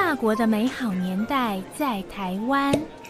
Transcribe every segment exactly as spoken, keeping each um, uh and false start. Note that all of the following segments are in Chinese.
法国的美好年代在台湾。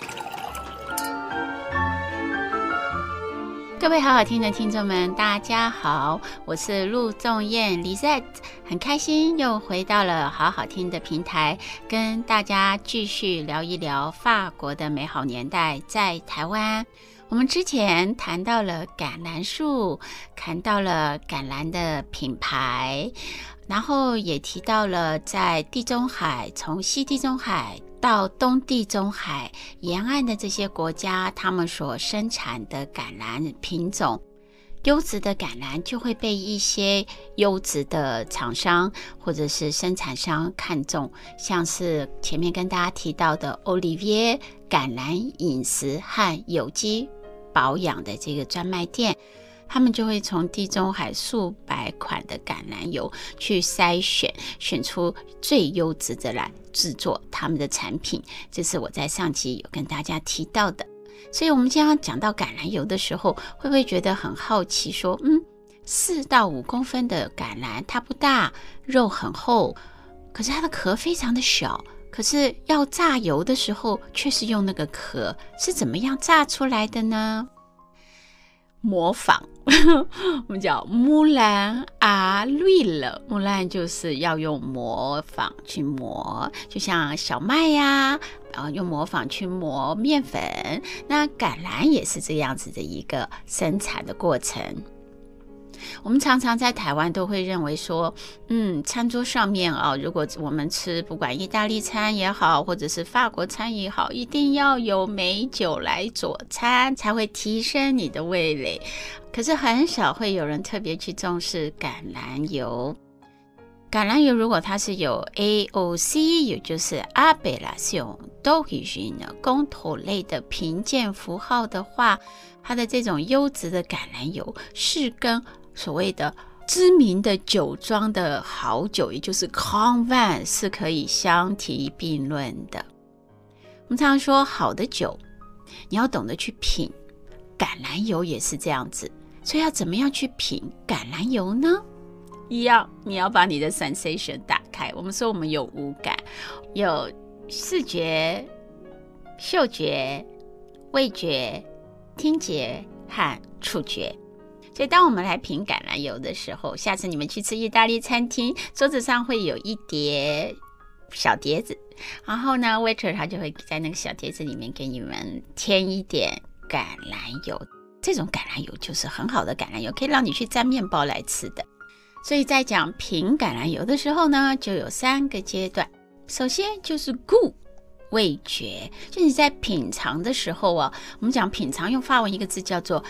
各位好好听的听众们，大家好，我是陆仲燕 Lizette， 很开心又回到了好好听的平台，跟大家继续聊一聊法国的美好年代在台湾。我们之前谈到了橄榄树，谈到了橄榄的品牌，然后也提到了在地中海，从西地中海到东地中海沿岸的这些国家，他们所生产的橄榄品种，优质的橄榄就会被一些优质的厂商或者是生产商看中，像是前面跟大家提到的 Olivier 橄榄饮食和有机保养的这个专卖店，他们就会从地中海数百款的橄榄油去筛选，选出最优质的来制作他们的产品。这是我在上集有跟大家提到的。所以我们今天讲到橄榄油的时候，会不会觉得很好奇说，嗯，四到五公分的橄榄，它不大，肉很厚，可是它的壳非常的小，可是要榨油的时候却是用那个壳，是怎么样榨出来的呢？模仿我们叫木兰啊绿了，木兰就是要用模仿去磨，就像小麦呀、然后用模仿去磨面粉，那橄榄也是这样子的一个生产的过程。我们常常在台湾都会认为说，嗯，餐桌上面啊，如果我们吃不管意大利餐也好，或者是法国餐也好，一定要有美酒来佐餐，才会提升你的味蕾。可是很少会有人特别去重视橄榄油。橄榄油如果它是有 A O C， 也就是 Appellation d'origine 公头类的评鉴符号的话，它的这种优质的橄榄油是跟所谓的知名的酒庄的好酒，也就是 Grand Vin 是可以相提并论的。我们常常说好的酒你要懂得去品，橄榄油也是这样子。所以要怎么样去品橄榄油呢？一样，你要把你的 sensation 打开。我们说我们有五感，有视觉、嗅觉、味觉、听觉和触觉。所以当我们来品橄榄油的时候，下次你们去吃意大利餐厅，桌子上会有一碟小碟子，然后呢 waiter 他就会在那个小碟子里面给你们添一点橄榄油。这种橄榄油就是很好的橄榄油，可以让你去沾面包来吃的。所以在讲品橄榄油的时候呢，就有三个阶段。首先就是 goût 味觉，就你在品尝的时候啊，我们讲品尝用法文一个字叫做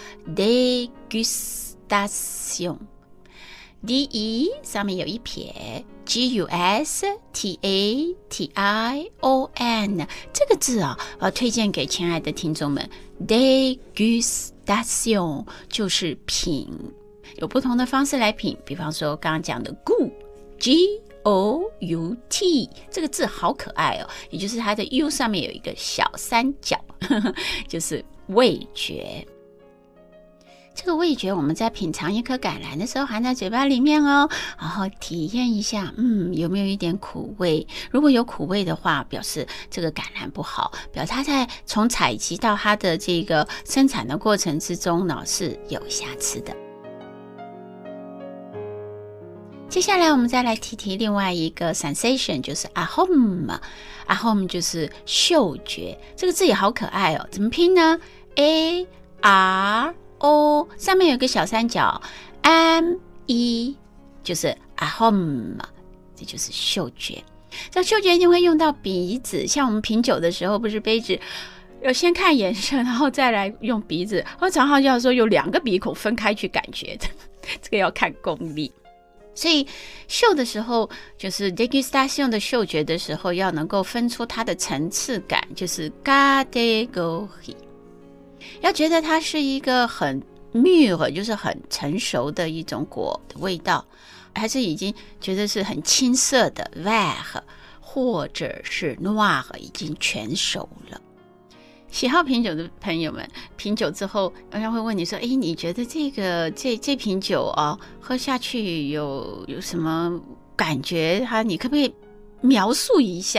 dégustation， D E 上面有一撇 G U S T A T I O N 这个字啊，我要推荐给亲爱的听众们。 dégustation 就是品，有不同的方式来品，比方说刚刚讲的 goût G O U T 这个字好可爱哦，也就是它的 U 上面有一个小三角，呵呵，就是味觉。这个味觉我们在品尝一颗橄榄的时候含在嘴巴里面哦，然后体验一下，嗯，有没有一点苦味？如果有苦味的话，表示这个橄榄不好，表示它在从采集到它的这个生产的过程之中呢是有瑕疵的。接下来我们再来提提另外一个 sensation， 就是 arôme。 arôme 就是嗅觉，这个字也好可爱哦，怎么拼呢？ A R O 上面有个小三角 M E， 就是 arôme， 这就是嗅觉。这嗅觉一定会用到鼻子，像我们品酒的时候，不是杯子有先看颜色，然后再来用鼻子，我常常要说有两个鼻孔分开去感觉的，这个要看功力。所以嗅的时候，就是 dégustation 的嗅觉的时候，要能够分出它的层次感，就是 catégorie， 要觉得它是一个很 mûr， 就是很成熟的一种果的味道，还是已经觉得是很青涩的 vert， 或者是 noir， 已经全熟了。喜好品酒的朋友们，品酒之后人家会问你说，诶，你觉得这个这这瓶酒啊，喝下去有有什么感觉？哈，你可不可以描述一下？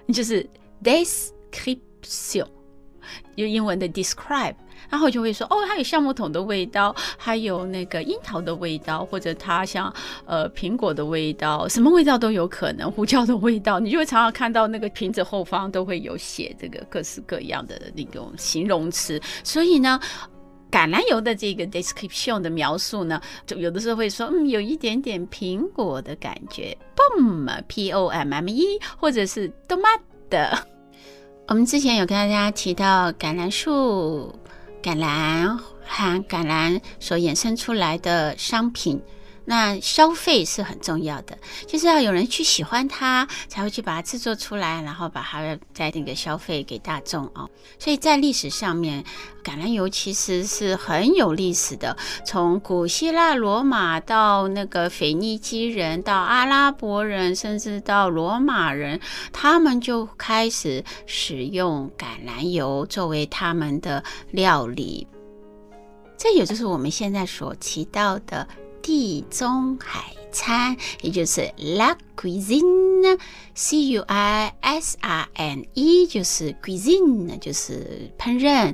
就是 description， 就英文的 describe， 然后我就会说哦，它有橡木桶的味道，还有那个樱桃的味道，或者它像呃苹果的味道，什么味道都有可能，胡椒的味道，你就会常常看到那个瓶子后方都会有写这个各式各样的那种形容词。所以呢，橄榄油的这个 description 的描述呢，就有的时候会说嗯，有一点点苹果的感觉 Pom P O M M E， 或者是 tomato。 我们之前有跟大家提到橄榄树、橄榄和橄榄所衍生出来的商品，那消费是很重要的，就是要有人去喜欢它，才会去把它制作出来，然后把它在那个消费给大众哦。所以在历史上面，橄榄油其实是很有历史的，从古希腊罗马到那个腓尼基人，到阿拉伯人，甚至到罗马人，他们就开始使用橄榄油作为他们的料理。这也就是我们现在所提到的地中海餐，也就是 La Cuisine， C U I S R N E， 就是 Cuisine， 就是烹饪，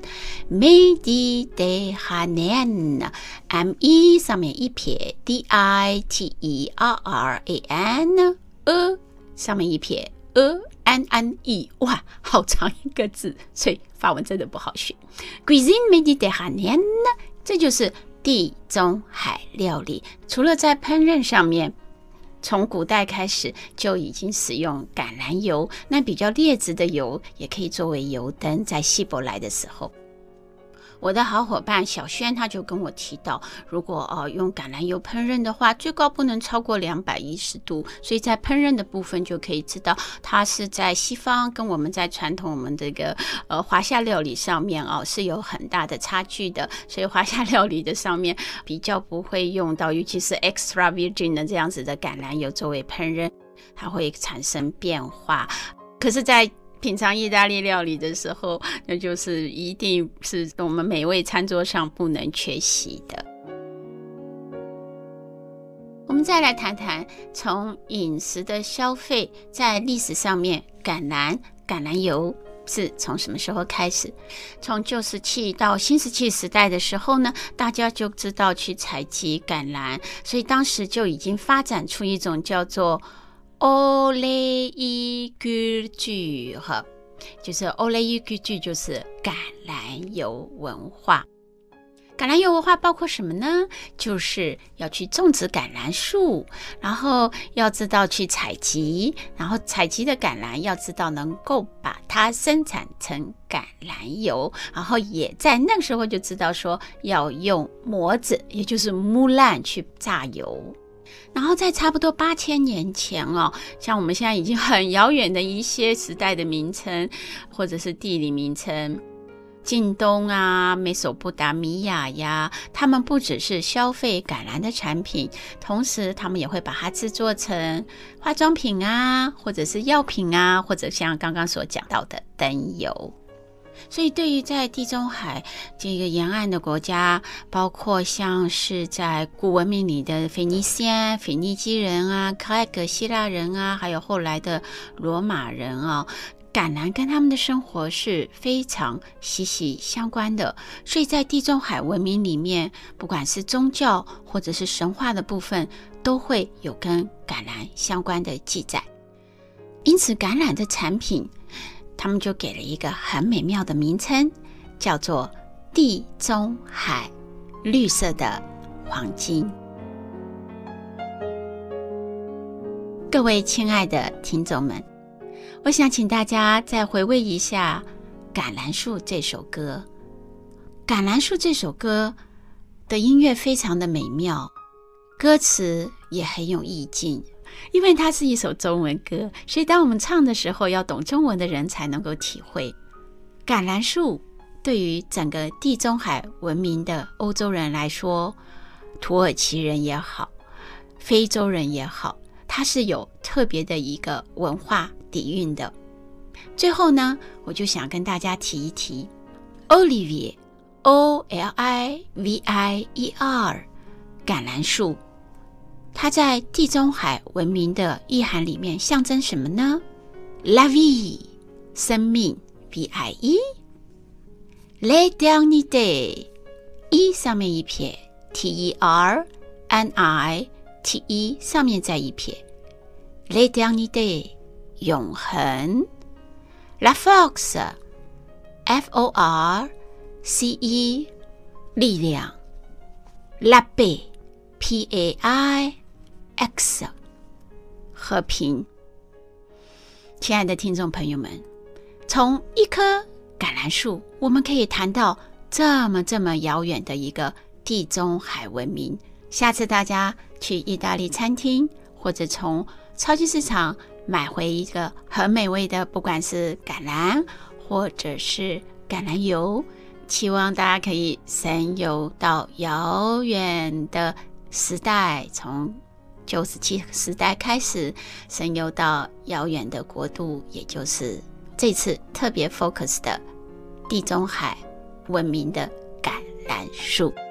Mediterranean， M E 上面一撇 D I T E R R A N， 呃上面一撇 E N N E， 哇，好长一个字，所以法文真的不好学。 Cuisine Mediterranean， 这就是地中海料理。除了在烹饪上面，从古代开始就已经使用橄榄油，那比较劣质的油也可以作为油灯，在希伯来的时候。我的好伙伴小轩他就跟我提到，如果、呃、用橄榄油烹饪的话，最高不能超过两百一十度，所以在烹饪的部分就可以知道它是在西方跟我们在传统我们这个呃华夏料理上面哦是有很大的差距的。所以华夏料理的上面比较不会用到，尤其是 extra virgin 的这样子的橄榄油作为烹饪，它会产生变化。可是在品尝意大利料理的时候，那就是一定是我们美味餐桌上不能缺席的。我们再来谈谈从饮食的消费，在历史上面橄榄橄榄油是从什么时候开始？从旧石器到新石器时代的时候呢，大家就知道去采集橄榄，所以当时就已经发展出一种叫做oléiculture， 就是 oléiculture 就是橄榄油文化。橄榄油文化包括什么呢？就是要去种植橄榄树，然后要知道去采集，然后采集的橄榄要知道能够把它生产成橄榄油，然后也在那个时候就知道说要用模子，也就是 moulin 去榨油。然后在差不多八千年前哦，像我们现在已经很遥远的一些时代的名称或者是地理名称，近东啊、美索不达米亚呀，他们不只是消费橄榄的产品，同时他们也会把它制作成化妆品啊，或者是药品啊，或者像刚刚所讲到的灯油。所以对于在地中海这个沿岸的国家，包括像是在古文明里的腓尼西安、腓尼基人啊、克莱格希腊人啊，还有后来的罗马人啊，橄榄跟他们的生活是非常息息相关的。所以在地中海文明里面，不管是宗教或者是神话的部分，都会有跟橄榄相关的记载。因此橄榄的产品他们就给了一个很美妙的名称，叫做地中海绿色的黄金。各位亲爱的听众们，我想请大家再回味一下《橄榄树》这首歌。《橄榄树》这首歌的音乐非常的美妙，歌词也很有意境。因为它是一首中文歌，所以当我们唱的时候，要懂中文的人才能够体会。橄榄树对于整个地中海文明的欧洲人来说，土耳其人也好，非洲人也好，它是有特别的一个文化底蕴的。最后呢，我就想跟大家提一提 Olivier O L I V I E R 橄榄树，它在地中海文明的意涵里面象征什么呢？ La vie 生命 V I E。 L'éternité E 上面一撇 T E R N I T E 上面再一撇 L'éternité 永恒。 La force F O R C E 力量。 La paix P A I X 和平。亲爱的听众朋友们，从一棵橄榄树，我们可以谈到这么这么遥远的一个地中海文明。下次大家去意大利餐厅，或者从超级市场买回一个很美味的，不管是橄榄或者是橄榄油，期望大家可以神游到遥远的时代，从旧石器时代开始神游到遥远的国度，也就是这次特别 focus 的地中海文明的橄榄树。